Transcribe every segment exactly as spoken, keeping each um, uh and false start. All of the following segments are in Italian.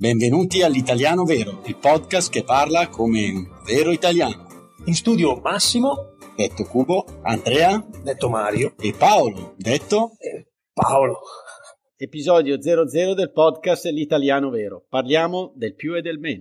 Benvenuti all'Italiano Vero, il podcast che parla come un vero italiano. In studio Massimo, detto Cubo, Andrea, detto Mario e Paolo, detto e Paolo. Episodio zero zero del podcast L'Italiano Vero. Parliamo del più e del meno.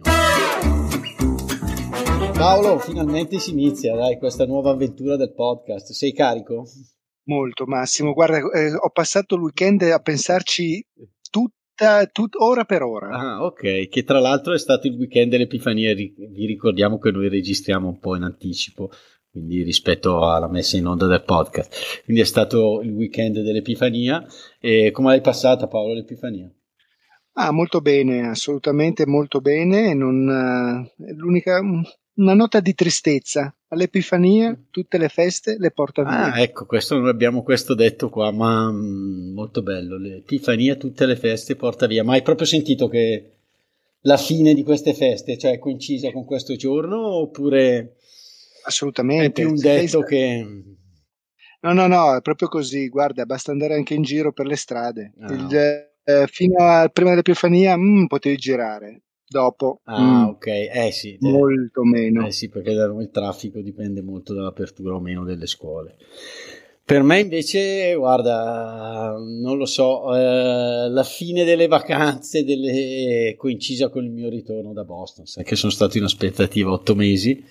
Paolo, finalmente si inizia, dai, questa nuova avventura del podcast. Sei carico? Molto, Massimo. Guarda, eh, ho passato il weekend a pensarci tutta, tut, ora per ora. Ah, ok. Che tra l'altro è stato il weekend dell'Epifania. Vi ricordiamo che noi registriamo un po' in anticipo, quindi rispetto alla messa in onda del podcast. Quindi è stato il weekend dell'Epifania. E come l'hai passata, Paolo, l'Epifania? Ah, molto bene, assolutamente molto bene. Non, uh, l'unica, una nota di tristezza. All'Epifania tutte le feste le porta via. Ah, ecco, questo noi abbiamo questo detto qua, ma mh, molto bello. L'Epifania tutte le feste porta via. Ma hai proprio sentito che la fine di queste feste, cioè è coincisa con questo giorno, oppure assolutamente è più un detto che... No, no, no, è proprio così. Guarda, basta andare anche in giro per le strade. Ah, Il, eh, fino a prima dell'Epifania mm, potevi girare. Dopo ah mm, ok, eh sì, molto eh, meno. Eh sì, perché da noi il traffico dipende molto dall'apertura o meno delle scuole. Per me invece, guarda, non lo so, eh, la fine delle vacanze delle... coincisa con il mio ritorno da Boston, sai che sono stato in aspettativa otto mesi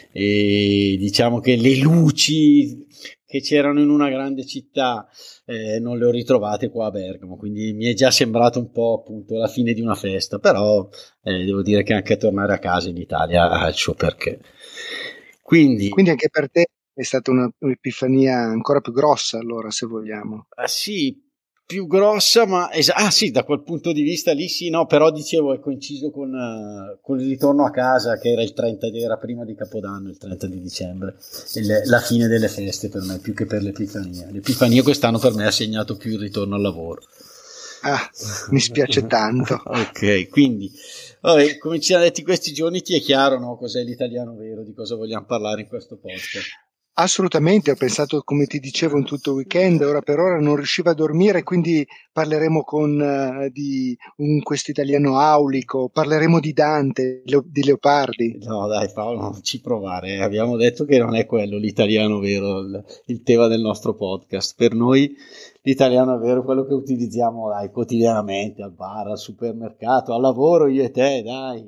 e diciamo che le luci che c'erano in una grande città eh, non le ho ritrovate qua a Bergamo, quindi mi è già sembrato un po' appunto la fine di una festa, però eh, devo dire che anche tornare a casa in Italia ha il suo perché. Quindi, quindi anche per te è stata una, un'epifania ancora più grossa, allora, se vogliamo. Ah, sì, più grossa, ma es- ah sì, da quel punto di vista lì sì, no, però dicevo è coinciso con, uh, con il ritorno a casa, che era il trenta, era prima di Capodanno, il trenta di dicembre, il, la fine delle feste per me, più che per l'Epifania. L'Epifania quest'anno per me ha segnato più il ritorno al lavoro. Ah, mi spiace tanto. Ok, quindi vabbè, come ci hanno detto questi giorni ti è chiaro, no, cos'è l'Italiano Vero, di cosa vogliamo parlare in questo podcast. Assolutamente, ho pensato, come ti dicevo, in tutto il weekend, ora per ora non riuscivo a dormire, quindi parleremo con, uh, di un questo italiano aulico, parleremo di Dante, Leo, di Leopardi. No dai Paolo, non ci provare, eh. Abbiamo detto che non è quello l'italiano vero, il, il tema del nostro podcast. Per noi l'italiano vero è quello che utilizziamo, dai, quotidianamente, al bar, al supermercato, al lavoro, io e te, dai.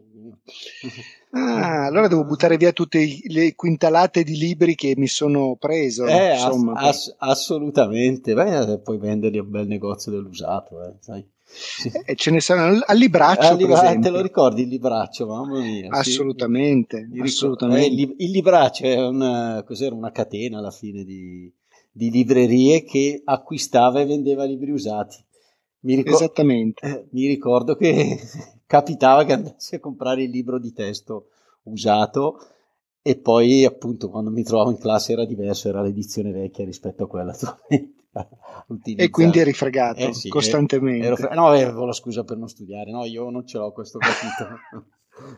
Ah, allora devo buttare via tutte le quintalate di libri che mi sono preso. Eh, insomma, ass- ass- assolutamente. Beh, puoi venderli a un bel negozio dell'usato, eh, sai. E ce ne saranno al libraccio, ah, per libra- esempio. Te lo ricordi il libraccio, mamma mia. Assolutamente, sì. assolutamente. Eh, il, il libraccio è una, cos'era, una catena alla fine di, di librerie che acquistava e vendeva libri usati. Mi ricor- Esattamente. Eh, mi ricordo che capitava che andassi a comprare il libro di testo usato e poi appunto quando mi trovavo in classe era diverso, era l'edizione vecchia rispetto a quella attualmente utilizzata. E quindi eri fregato eh sì, costantemente. Ero fre- no, avevo la scusa per non studiare, no, io non ce l'ho questo capitolo.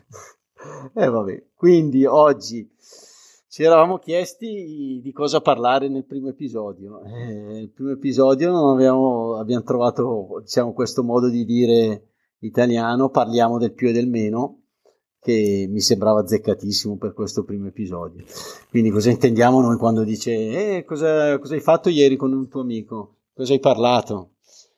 E eh, vabbè, quindi oggi ci eravamo chiesti di cosa parlare nel primo episodio. Eh, nel primo episodio non abbiamo, abbiamo trovato, diciamo, questo modo di dire italiano, parliamo del più e del meno, che mi sembrava azzeccatissimo per questo primo episodio. Quindi cosa intendiamo noi quando dice eh, cosa, cosa hai fatto ieri con un tuo amico? Cosa hai parlato?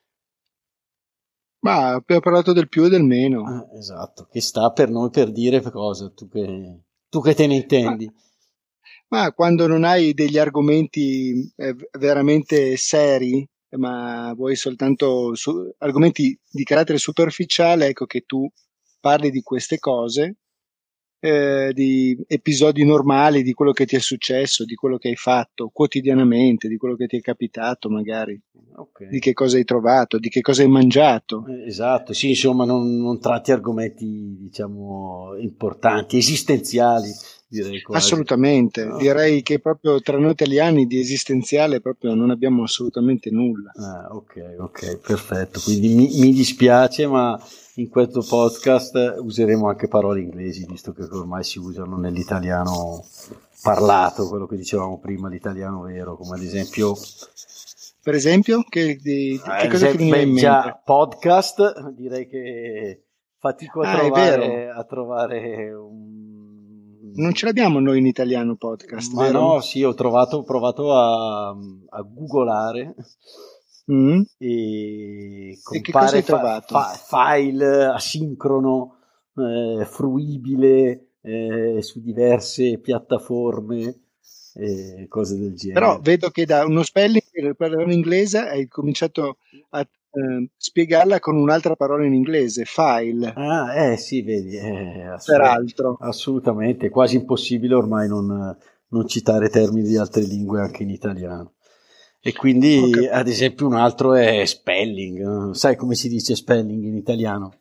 Ma abbiamo parlato del più e del meno. Ah, esatto, che sta per noi per dire cosa, tu che, tu che te ne intendi. Ma, ma quando non hai degli argomenti eh, veramente seri, ma vuoi soltanto su, argomenti di carattere superficiale, ecco che tu parli di queste cose, eh, di episodi normali, di quello che ti è successo, di quello che hai fatto quotidianamente, di quello che ti è capitato magari, okay. Di che cosa hai trovato, di che cosa hai mangiato. Esatto, sì, insomma non, non tratti argomenti diciamo importanti, esistenziali, direi quasi. Assolutamente, no? Direi che proprio tra noi italiani di esistenziale proprio non abbiamo assolutamente nulla. Ah, ok, ok, perfetto, quindi mi, mi dispiace ma in questo podcast useremo anche parole inglesi, visto che ormai si usano nell'italiano parlato, quello che dicevamo prima, l'italiano vero, come ad esempio... Per esempio, che, di, che eh, cosa ti veniva in mente? Già, podcast, direi che fatico a Ah, è trovare, vero. a trovare un... Non ce l'abbiamo noi in italiano podcast, Ma vero? no, sì, ho trovato, ho provato a, a googolare Mm? e E che cosa compare hai fa- trovato? fa- file asincrono, eh, fruibile eh, su diverse piattaforme, eh, cose del Però genere. vedo che da uno spelling, la parola inglese, hai cominciato a eh, spiegarla con un'altra parola in inglese, file, Ah, eh sì, vedi, è assu- peraltro. assolutamente, è quasi impossibile ormai non, non citare termini di altre lingue anche in italiano. E Ho quindi, ad capito. esempio, un altro è spelling. No? Sai come si dice spelling in italiano?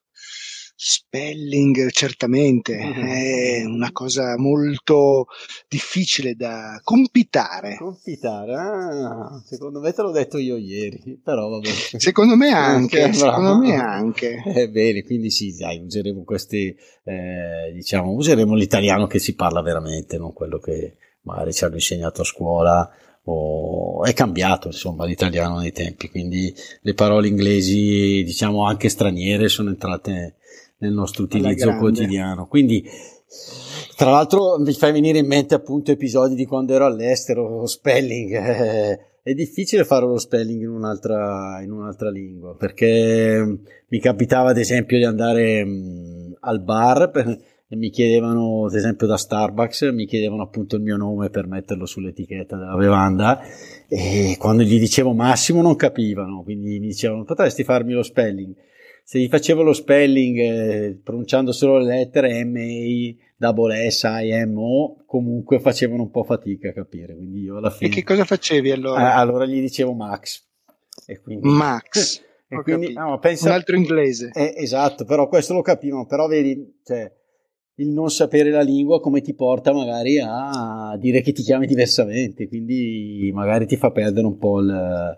Spelling, certamente, è una cosa molto difficile da compitare. Compitare, ah, secondo me te l'ho detto io ieri, però vabbè. Secondo me Eh, anche, secondo me bravo. anche. Eh, bene, quindi sì, dai, useremo questi, eh, diciamo, useremo l'italiano che si parla veramente, non quello che magari ci hanno insegnato a scuola, o è cambiato, insomma, l'italiano nei tempi, quindi le parole inglesi, diciamo, anche straniere sono entrate nel nostro Alla utilizzo grande. quotidiano. Quindi, tra l'altro, mi fai venire in mente appunto episodi di quando ero all'estero, spelling. Eh, è difficile fare lo spelling in un'altra, in un'altra lingua, perché mi capitava ad esempio di andare mh, al bar per- e mi chiedevano, ad esempio da Starbucks, mi chiedevano appunto il mio nome per metterlo sull'etichetta della bevanda e quando gli dicevo Massimo non capivano, quindi mi dicevano potresti farmi lo spelling. Se gli facevo lo spelling eh, pronunciando solo le lettere M A S S I M O, comunque facevano un po' fatica a capire, quindi io alla E che fine cosa facevi eh, allora? allora gli dicevo Max e quindi Max, e ho quindi capito. no, Un pensa altro inglese. eh, esatto, però questo lo capivano, però vedi, cioè il non sapere la lingua come ti porta magari a dire che ti chiami diversamente, quindi magari ti fa perdere un po' il,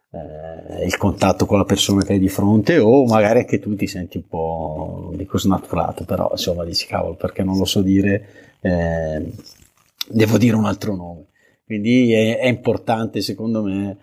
eh, il contatto con la persona che hai di fronte o magari anche tu ti senti un po', non dico snaturato, però insomma dici cavolo perché non lo so dire, eh, devo dire un altro nome. Quindi è, è importante secondo me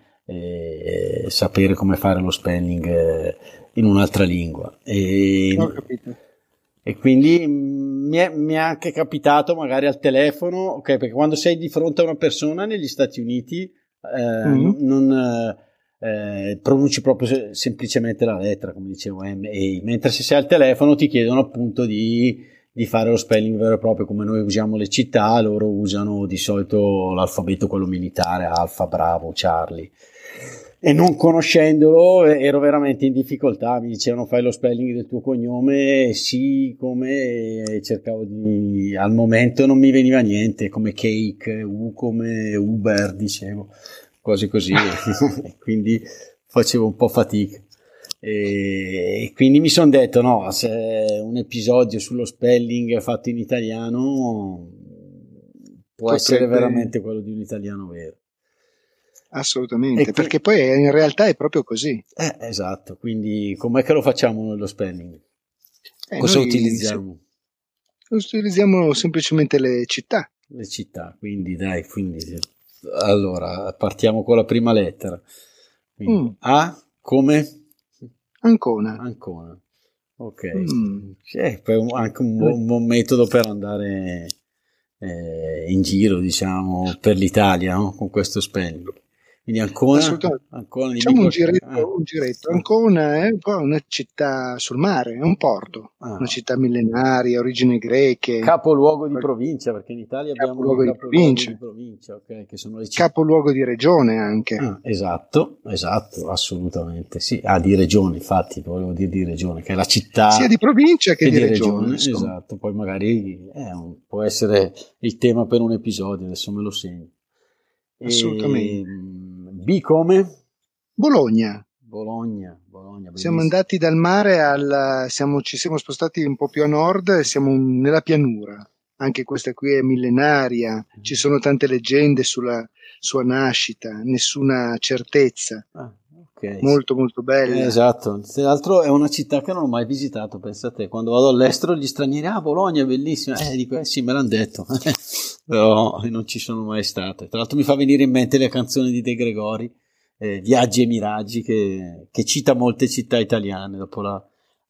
eh, sapere come fare lo spelling eh, in un'altra lingua. E, Ho capito. e quindi mi è, mi è anche capitato magari al telefono, ok, perché quando sei di fronte a una persona negli Stati Uniti eh, Mm. non, non eh, pronunci proprio se- semplicemente la lettera, come dicevo, M A, mentre se sei al telefono ti chiedono appunto di, di fare lo spelling vero e proprio come noi usiamo le città, loro usano di solito l'alfabeto quello militare, Alfa, Bravo, Charlie. E non conoscendolo ero veramente in difficoltà, mi dicevano fai lo spelling del tuo cognome, sì, come e cercavo di, al momento non mi veniva niente, come cake, U come Uber, dicevo, cose così, quindi facevo un po' fatica. E quindi mi sono detto no, se un episodio sullo spelling fatto in italiano può essere Potrebbe, veramente quello di un italiano vero. E assolutamente, qui, perché poi è- in realtà è proprio così. eh, esatto, quindi com'è che lo facciamo noi lo spelling? Eh, Cosa noi se- utilizziamo? utilizziamo semplicemente le città. Le città, quindi dai, quindi allora partiamo con la prima lettera. Quindi Mm, A come Ancona. Ancona. Ok, Mm. sì, poi un- anche un buon, un buon metodo per andare eh, in giro, diciamo, per l'Italia, no? Con questo spelling. Quindi Ancona, Assolutamente. Ancona, dimmi Facciamo un qualcosa. Ah, giretto, un giretto. ah, Ancona è un po' una città sul mare, è un porto, una ah. città millenaria, origini greche, Capoluogo di qual- provincia, perché in Italia abbiamo capoluogo di capoluoghi di provincia, provincia, ok, che sono le città. capoluogo di regione anche. Ah, esatto, esatto, assolutamente. Sì, ah, di regione, infatti, volevo dire di regione, che è la Sia città di provincia che che di di regione, regione, insomma. esatto. Poi magari è un- può essere il tema per un episodio, adesso me lo segno. E, Assolutamente. mm, B come? Bologna. Bologna, Bologna, Siamo bellissimo. andati dal mare al, siamo, ci siamo spostati un po' più a nord e siamo nella pianura. Anche questa qui è millenaria, ci sono tante leggende sulla sua nascita, nessuna certezza. Ah, ok, sì. Molto molto Eh, bella. esatto, tra l'altro è una città che non ho mai visitato, pensa a te, quando vado all'estero gli stranieri, ah Bologna è bellissima, eh dico, eh sì me l'hanno detto, però non ci sono mai state, tra l'altro mi fa venire in mente le canzoni di De Gregori, eh, Viaggi e Miraggi, che, che cita molte città italiane dopo la,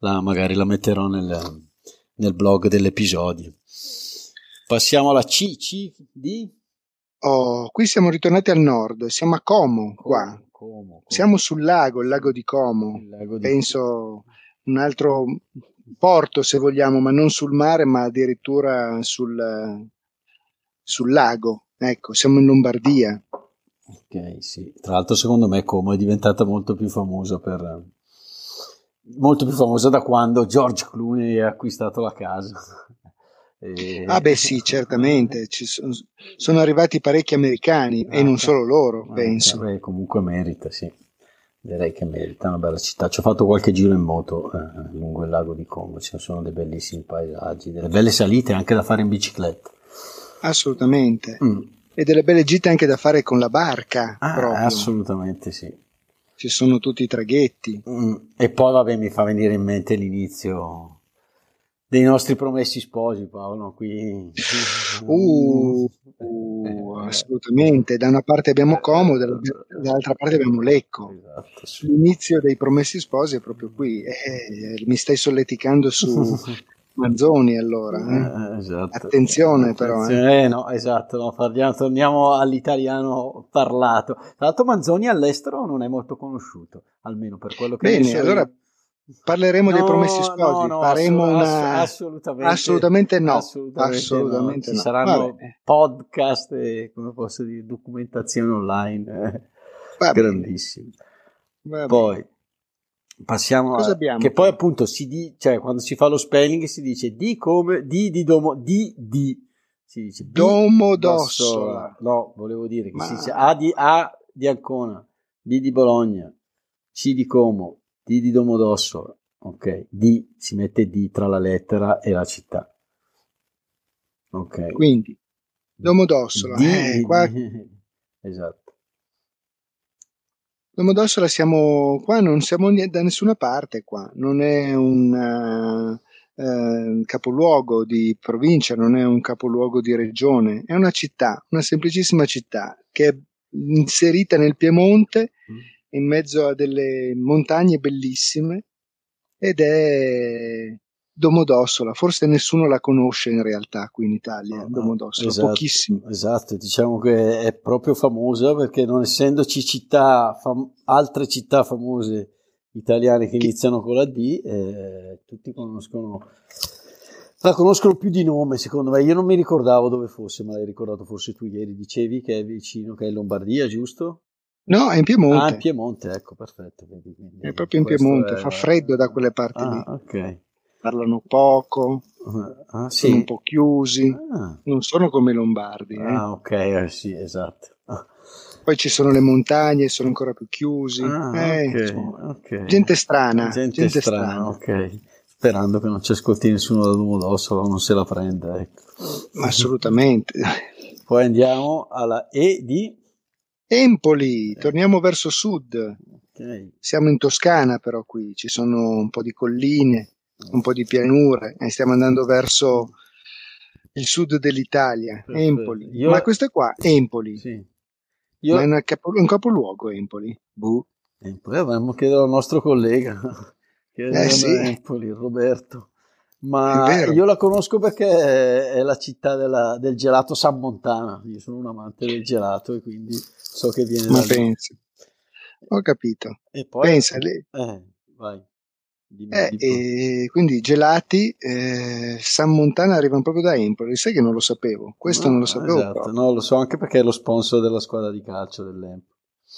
la, magari la metterò nel, nel blog dell'episodio. Passiamo alla C, C di? Oh, qui siamo ritornati al nord, siamo a Como, qua. Como, Como, Como. Siamo sul lago, il lago di Como. Il lago di Penso un altro porto, se vogliamo, ma non sul mare, ma addirittura sul, sul lago. Ecco, siamo in Lombardia. Ok, sì. Tra l'altro, secondo me, Como è diventata molto più famosa per molto più famosa da quando George Clooney ha acquistato la casa. E... Ah beh sì, certamente, ci sono, sono arrivati parecchi americani ah, e non solo loro, ah, penso. Beh, comunque merita, sì. Direi che merita, una bella città. Ci ho fatto qualche giro in moto eh, lungo il lago di Como, ci sono dei bellissimi paesaggi, delle belle salite anche da fare in bicicletta. Assolutamente. Mm. E delle belle gite anche da fare con la barca. Ah, proprio. Assolutamente sì. Ci sono tutti i traghetti. Mm. E poi vabbè, mi fa venire in mente l'inizio dei nostri promessi sposi, Paolo, qui. Uh, uh, assolutamente. Da una parte abbiamo Como, dall'altra parte abbiamo Lecco. Esatto, sì. L'inizio dei promessi sposi è proprio qui. Eh, mi stai solleticando su Manzoni, allora. Eh? Eh, esatto. Attenzione, però. Eh. Eh, no, esatto, no, parliamo, torniamo all'italiano parlato. Tra l'altro Manzoni all'estero non è molto conosciuto, almeno per quello che Bene, so allora io. parleremo no, dei promessi sposi. No, no, faremo assolut- una... assolutamente, assolutamente no. Assolutamente, assolutamente no. Ci no. saranno Vabbè. podcast e, come posso dire, documentazione online. Eh. Va Grandissimo. Va Poi bene. passiamo Cosa a, abbiamo che poi? poi appunto si dice, cioè quando si fa lo spelling si dice di come di di domo di di si dice Domodossola. No, volevo dire che Ma... si dice A di A di Ancona, B di Bologna, C di Como, D di Domodossola. Ok, D si mette D tra la lettera e la città. Ok. Quindi Domodossola, D, eh, qua... esatto. Domodossola siamo qua, non siamo da nessuna parte qua, non è un uh, uh, capoluogo di provincia, non è un capoluogo di regione, è una città, una semplicissima città che è inserita nel Piemonte, in mezzo a delle montagne bellissime, ed è Domodossola. Forse nessuno la conosce in realtà qui in Italia, Domodossola, esatto, pochissimi. Esatto, diciamo che è proprio famosa perché non essendoci città, fam- altre città famose italiane che, che iniziano con la D, eh, tutti conoscono, la conoscono più di nome, secondo me. Io non mi ricordavo dove fosse, ma l'hai ricordato forse tu ieri, dicevi che è vicino, che è in Lombardia, giusto? No, è in Piemonte. Ah, in Piemonte, ecco, perfetto. Vedi, quindi è proprio in Piemonte, è... fa freddo da quelle parti ah, lì. Ok. Parlano poco, ah, sì? sono un po' chiusi, ah. non sono come i lombardi. Eh. Ah, ok, eh, sì, esatto. Ah. Poi ci sono le montagne, sono ancora più chiusi. Ah, eh, okay, insomma, okay. Gente strana, gente, gente strana, strana. ok. Sperando che non ci ascolti nessuno da Domodossola, non se la prenda, ecco. Ma assolutamente. Poi andiamo alla E di Empoli, torniamo verso sud. Okay. Siamo in Toscana, però qui ci sono un po' di colline, un po' di pianure e stiamo andando verso il sud dell'Italia. Perfetto. Empoli. Io... Ma questo è qua, Empoli. Sì. Io... Ma è un, capo... un capoluogo Empoli. Buh. Empoli, dovremmo chiedere al nostro collega che è eh, sì. Empoli, Roberto. Ma io la conosco perché è la città della, del gelato San Montana. Io sono un amante del gelato e quindi so che viene Ma da pensi. Ho capito. E poi pensa lì. Eh, vai. Dimmi, Eh, dimmi. e quindi gelati eh, San Montana arrivano proprio da Empoli. Sai che non lo sapevo. Questo no, non lo sapevo esatto. proprio. No, lo so anche perché è lo sponsor della squadra di calcio dell'Empoli.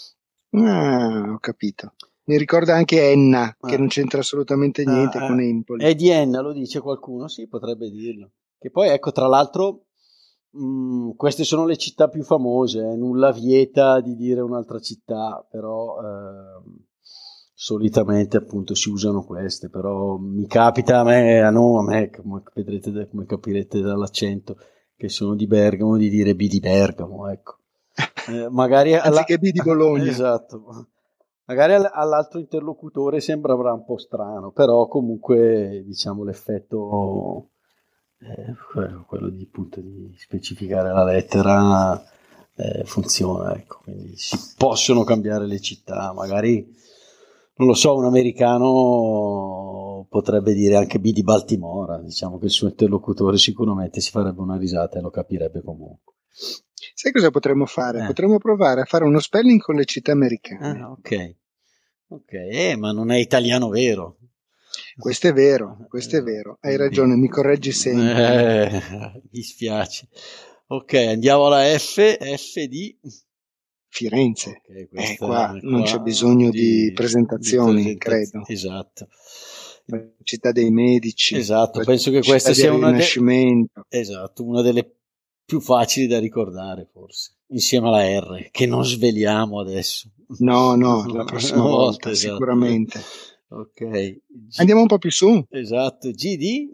Ah, ho capito. Mi ricorda anche Enna, ah. che non c'entra assolutamente niente ah, con Empoli. È di Enna, lo dice qualcuno? Sì, potrebbe dirlo. Che poi, ecco, tra l'altro, mh, queste sono le città più famose, eh. Nulla vieta di dire un'altra città, però eh, solitamente appunto si usano queste, però mi capita a me, a, no, a me, come vedrete, come capirete dall'accento, che sono di Bergamo, di dire B di Bergamo, ecco. Eh, magari alla... Anziché B di Bologna. Esatto. Magari all'altro interlocutore sembrerà un po' strano, però comunque diciamo l'effetto eh, quello di, appunto, di specificare la lettera eh, funziona, ecco. Quindi si possono cambiare le città, magari non lo so, un americano o potrebbe dire anche B di Baltimora, diciamo che il suo interlocutore sicuramente si farebbe una risata e lo capirebbe comunque. Sai cosa potremmo fare? Eh. Potremmo provare a fare uno spelling con le città americane. Ah, ok, ok, eh, ma non è italiano vero. Questo è vero, questo è vero. Hai ragione, mi correggi sempre. Eh, mi spiace. Ok, andiamo alla F, F di Firenze. Ok, Eh, questa qua qua non c'è bisogno di di, presentazioni, di credo. presentaz- Esatto. La città dei Medici, Esatto, la penso che città questa sia del una, de- Rinascimento. esatto, una delle più facili da ricordare, forse, insieme alla R, che non sveliamo adesso. No, no, la prossima Una volta, esatto. sicuramente. Ok. G- Andiamo un po' più su. Esatto, G di?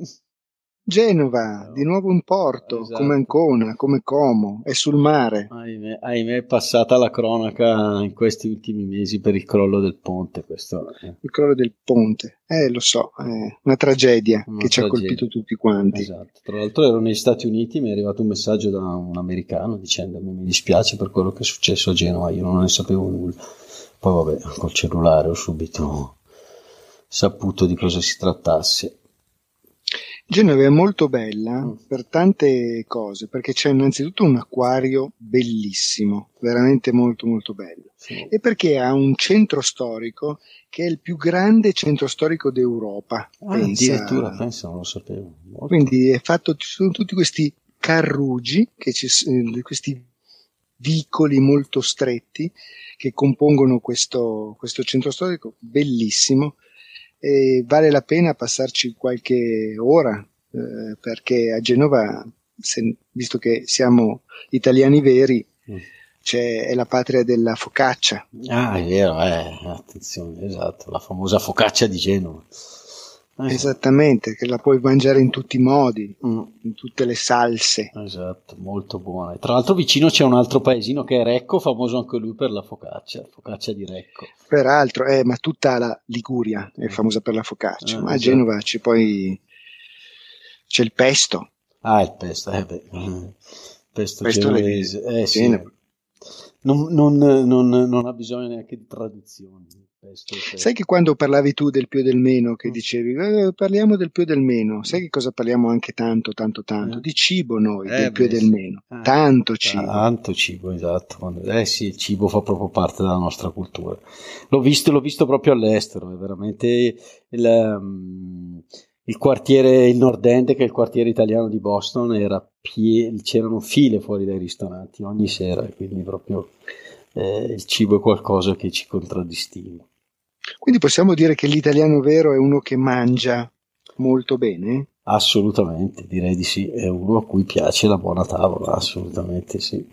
Genova, di nuovo in porto, come Esatto. Ancona, come Como, è sul mare. Ahimè, ahimè, è passata la cronaca in questi ultimi mesi per il crollo del ponte. Questo è Il crollo del ponte. Eh, lo so, è una tragedia una che ci ha tragedia. colpito tutti quanti. Esatto. Tra l'altro ero negli Stati Uniti, mi è arrivato un messaggio da un americano dicendomi mi dispiace per quello che è successo a Genova, io non ne sapevo nulla. Poi vabbè, col cellulare ho subito saputo di cosa si trattasse. Genova è molto bella Mm. per tante cose, perché c'è innanzitutto un acquario bellissimo, veramente molto molto bello, Sì. e perché ha un centro storico che è il più grande centro storico d'Europa. Ah, pensa. addirittura, penso, non lo sapevo. Molto. Quindi è fatto, ci sono tutti questi carruggi, che ci, s- eh, questi vicoli molto stretti che compongono questo, questo centro storico bellissimo. E vale la pena passarci qualche ora, eh, perché a Genova, se- visto che siamo italiani veri, Mm. c'è, è la patria della focaccia. Ah, è vero, eh, attenzione, esatto, la famosa focaccia di Genova. Eh, Esattamente, che la puoi mangiare in tutti i modi, mm, in tutte le salse. esatto, molto buona. E tra l'altro vicino c'è un altro paesino che è Recco, famoso anche lui per la focaccia, focaccia di Recco. Peraltro, eh, ma tutta la Liguria è famosa per la focaccia, Eh, ma a esatto. Genova c'è poi c'è il pesto. Ah, il pesto, eh beh, eh, pesto Pesto genovese, le- eh sì, Genova. non, non, non, non ha bisogno neanche di traduzioni. il Pesto, il pesto. Sai che quando parlavi tu del più e del meno, che Mm. dicevi eh, parliamo del più e del meno, sai che cosa parliamo anche tanto, tanto, tanto? Eh. Di cibo noi, Eh, del più e beh, del sì. meno. Ah, Tanto cibo. Tanto cibo, esatto. Quando- Eh sì, il cibo fa proprio parte della nostra cultura. L'ho visto, l'ho visto proprio all'estero, è veramente il, ehm, il quartiere, il Nord End, che è il quartiere italiano di Boston, era pieno, c'erano file fuori dai ristoranti ogni sera, quindi proprio eh, il cibo è qualcosa che ci contraddistingue. Quindi possiamo dire che l'italiano vero è uno che mangia molto bene? Assolutamente, direi di sì, è uno a cui piace la buona tavola, assolutamente sì.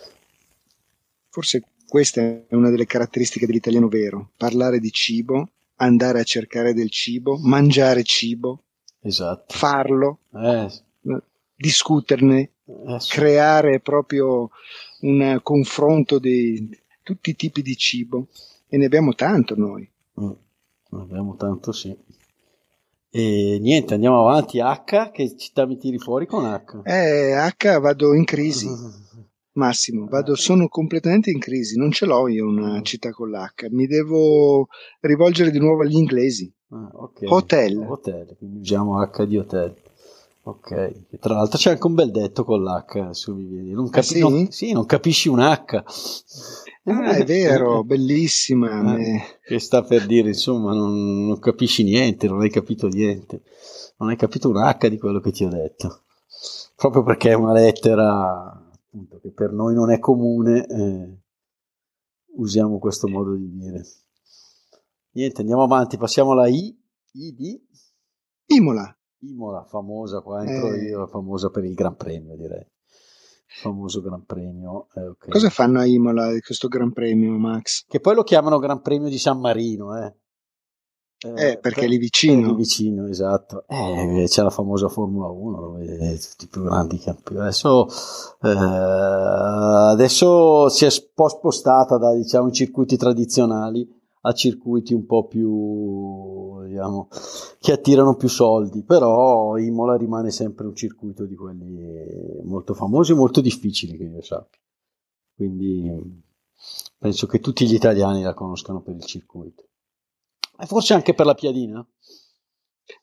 Forse questa è una delle caratteristiche dell'italiano vero, parlare di cibo, andare a cercare del cibo, mangiare cibo, Esatto. farlo, Eh, eh, discuterne, eh, sì. creare proprio un confronto di tutti i tipi di cibo, e ne abbiamo tanto noi. Mm, ne abbiamo tanto sì. E niente, andiamo avanti. H, che città mi tiri fuori con H? Eh, H vado in crisi, Massimo, vado, sono completamente in crisi, non ce l'ho io una città con l'H, mi devo rivolgere di nuovo agli inglesi. Ah, ok. Hotel. Hotel, quindi usiamo H di hotel. Ok. E tra l'altro c'è anche un bel detto con l'H su Viviani. Non Ah, capi- sì? non- sì, non capisci un H. Ah, è vero, bellissima. Eh, eh. che sta per dire, insomma, non, non capisci niente, non hai capito niente. Non hai capito un H di quello che ti ho detto. Proprio perché è una lettera, appunto, che per noi non è comune, eh, usiamo questo modo di dire. Niente, andiamo avanti, passiamo alla I, I di Imola. Imola, famosa, qua entro Eh. io, famosa per il Gran Premio, direi. Famoso Gran Premio, eh, ok. Cosa fanno a Imola di questo Gran Premio, Max? Che poi lo chiamano Gran Premio di San Marino, eh. Eh, perché per- è lì vicino. È lì vicino, esatto. Eh, c'è la famosa Formula uno, dove tutti i più grandi campioni. Adesso, eh, adesso si è un po' spostata da, diciamo, i circuiti tradizionali a circuiti un po' più, diciamo, che attirano più soldi, però Imola rimane sempre un circuito di quelli molto famosi e molto difficili, che io sappia. Quindi penso che tutti gli italiani la conoscano per il circuito. E forse anche per la piadina?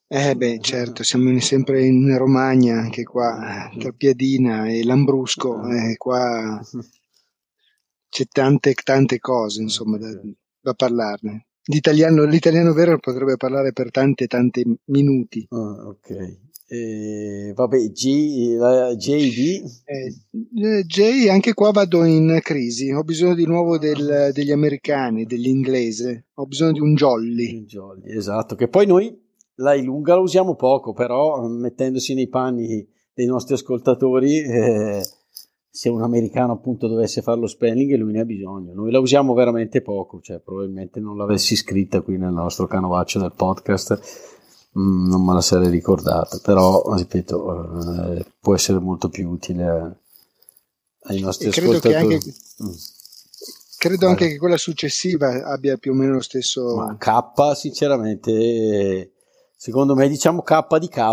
Eh beh, certo, siamo in- sempre in Romagna, anche qua, tra Piadina e Lambrusco, eh, qua c'è tante, tante cose, insomma, da, Ok. da parlarne. L'italiano, l'italiano vero potrebbe parlare per tante, tante minuti. Ah, ok. E, vabbè, G, la J D. Eh, eh, Jay, anche qua vado in crisi, ho bisogno di nuovo del- degli americani, dell'inglese, ho bisogno di un jolly. Il Jolly, esatto, che poi noi la lunga la usiamo poco, però mettendosi nei panni dei nostri ascoltatori, eh, se un americano appunto dovesse fare lo spelling lui ne ha bisogno, noi la usiamo veramente poco, cioè probabilmente non l'avessi scritta qui nel nostro canovaccio del podcast, mm, non me la sarei ricordata, però ripeto, eh, può essere molto più utile ai nostri E credo che ascoltatori. anche, Mm. credo Vai. anche che quella successiva abbia più o meno lo Ma stesso. K, sinceramente, secondo me diciamo K di K.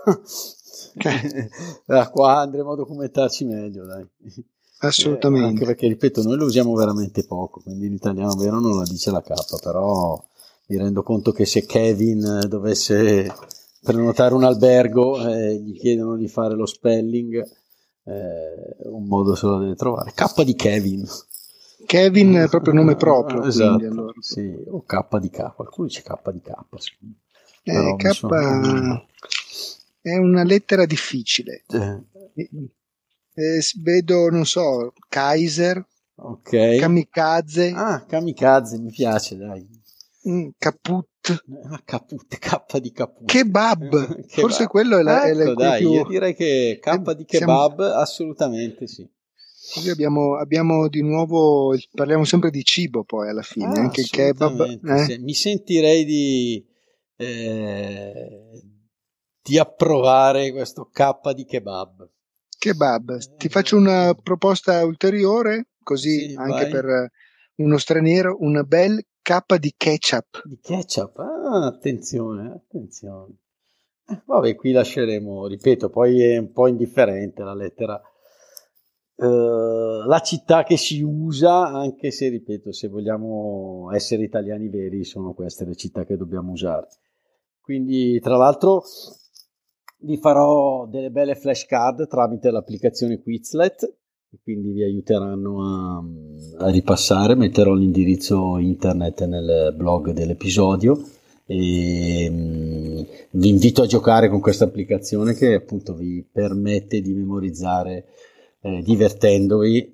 Da qua andremo a documentarci meglio, dai. Eh, anche Assolutamente. perché, ripeto, noi lo usiamo veramente poco, quindi l'italiano vero non la dice la K, però mi rendo conto che se Kevin dovesse prenotare un albergo e gli chiedono di fare lo spelling, eh, un modo se lo deve trovare. K di Kevin. Kevin è proprio nome proprio, Esatto, quindi allora. sì, o K di K, qualcuno dice K di K, sì. Eh, Però mi K sono- è una lettera difficile. Eh, Eh, s- vedo, non so, Kaiser, ok. Kamikaze, Ah, Kamikaze, mi piace, dai. mm, Kaput, Ah, Caput, K di Caput. Kebab. Forse Kebab. quello è, la, è la- Ecco, quello dai, più. io direi che K eh, di siamo- Kebab, assolutamente sì. Così abbiamo, abbiamo di nuovo, parliamo sempre di cibo poi alla fine, Ah, anche il kebab. assolutamente, eh. sì. Mi sentirei di, eh, di approvare questo K di Kebab. Kebab. Ti faccio una proposta ulteriore, così Sì, anche vai. per uno straniero, una bel K di ketchup. Di ketchup, ah, attenzione, attenzione. Eh, Vabbè, qui lasceremo, ripeto, poi è un po' indifferente la lettera. Eh, la città che si usa, anche se, ripeto, se vogliamo essere italiani veri, sono queste le città che dobbiamo usare. Quindi, tra l'altro, vi farò delle belle flashcard tramite l'applicazione Quizlet, e quindi vi aiuteranno a, a ripassare. Metterò l'indirizzo internet nel blog dell'episodio e mh, vi invito a giocare con questa applicazione che appunto vi permette di memorizzare eh, divertendovi,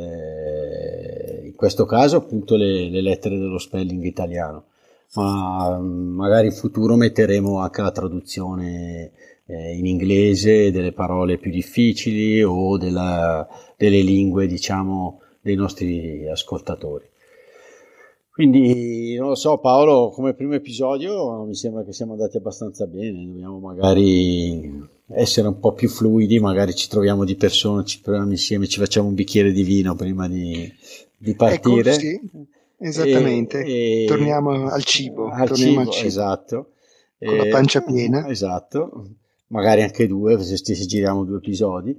eh, in questo caso appunto le, le lettere dello spelling italiano, ma mh, magari in futuro metteremo anche la traduzione eh, in inglese delle parole più difficili o della, delle lingue, diciamo, dei nostri ascoltatori. Quindi non lo so, Paolo, come primo episodio mi sembra che siamo andati abbastanza bene, dobbiamo magari essere un po' più fluidi, magari ci troviamo di persona, ci proviamo insieme, ci facciamo un bicchiere di vino prima di, di partire. Ecco, sì, esattamente. E- e- Torniamo al cibo, al torniamo cibo, al cibo. esatto. Con la E- pancia piena. Esatto, magari anche due, se, se giriamo due episodi.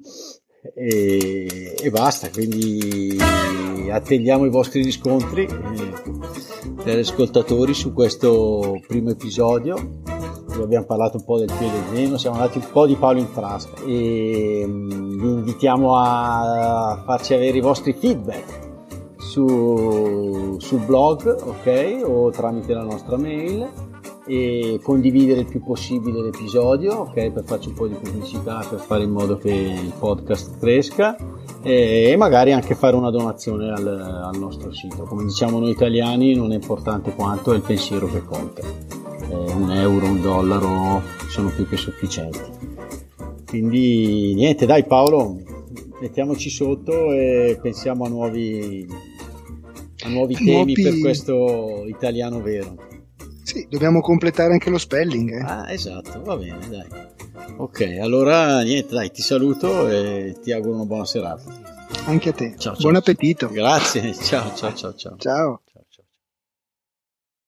E, e basta, quindi attendiamo i vostri riscontri eh, per ascoltatori su questo primo episodio. Vi abbiamo parlato un po' del più e del meno, siamo andati un po' di palo in frasca e mh, vi invitiamo a farci avere i vostri feedback su, sul blog, ok, o tramite la nostra mail, e condividere il più possibile l'episodio, ok, per farci un po' di pubblicità, per fare in modo che il podcast cresca, e, e magari anche fare una donazione al, al nostro sito. Come diciamo noi italiani, non è importante quanto, è il pensiero che conta. Eh, un euro, un dollaro sono più che sufficienti. Quindi niente, dai Paolo, mettiamoci sotto e pensiamo a nuovi, a nuovi temi Nuovi- per questo italiano vero. Sì, dobbiamo completare anche lo spelling. Eh. Ah, esatto, va bene, dai. Ok, allora niente, dai, ti saluto e ti auguro una buona serata. Anche a te. Ciao, ciao. Buon appetito. Grazie, ciao, ciao, ciao, ciao. Ciao.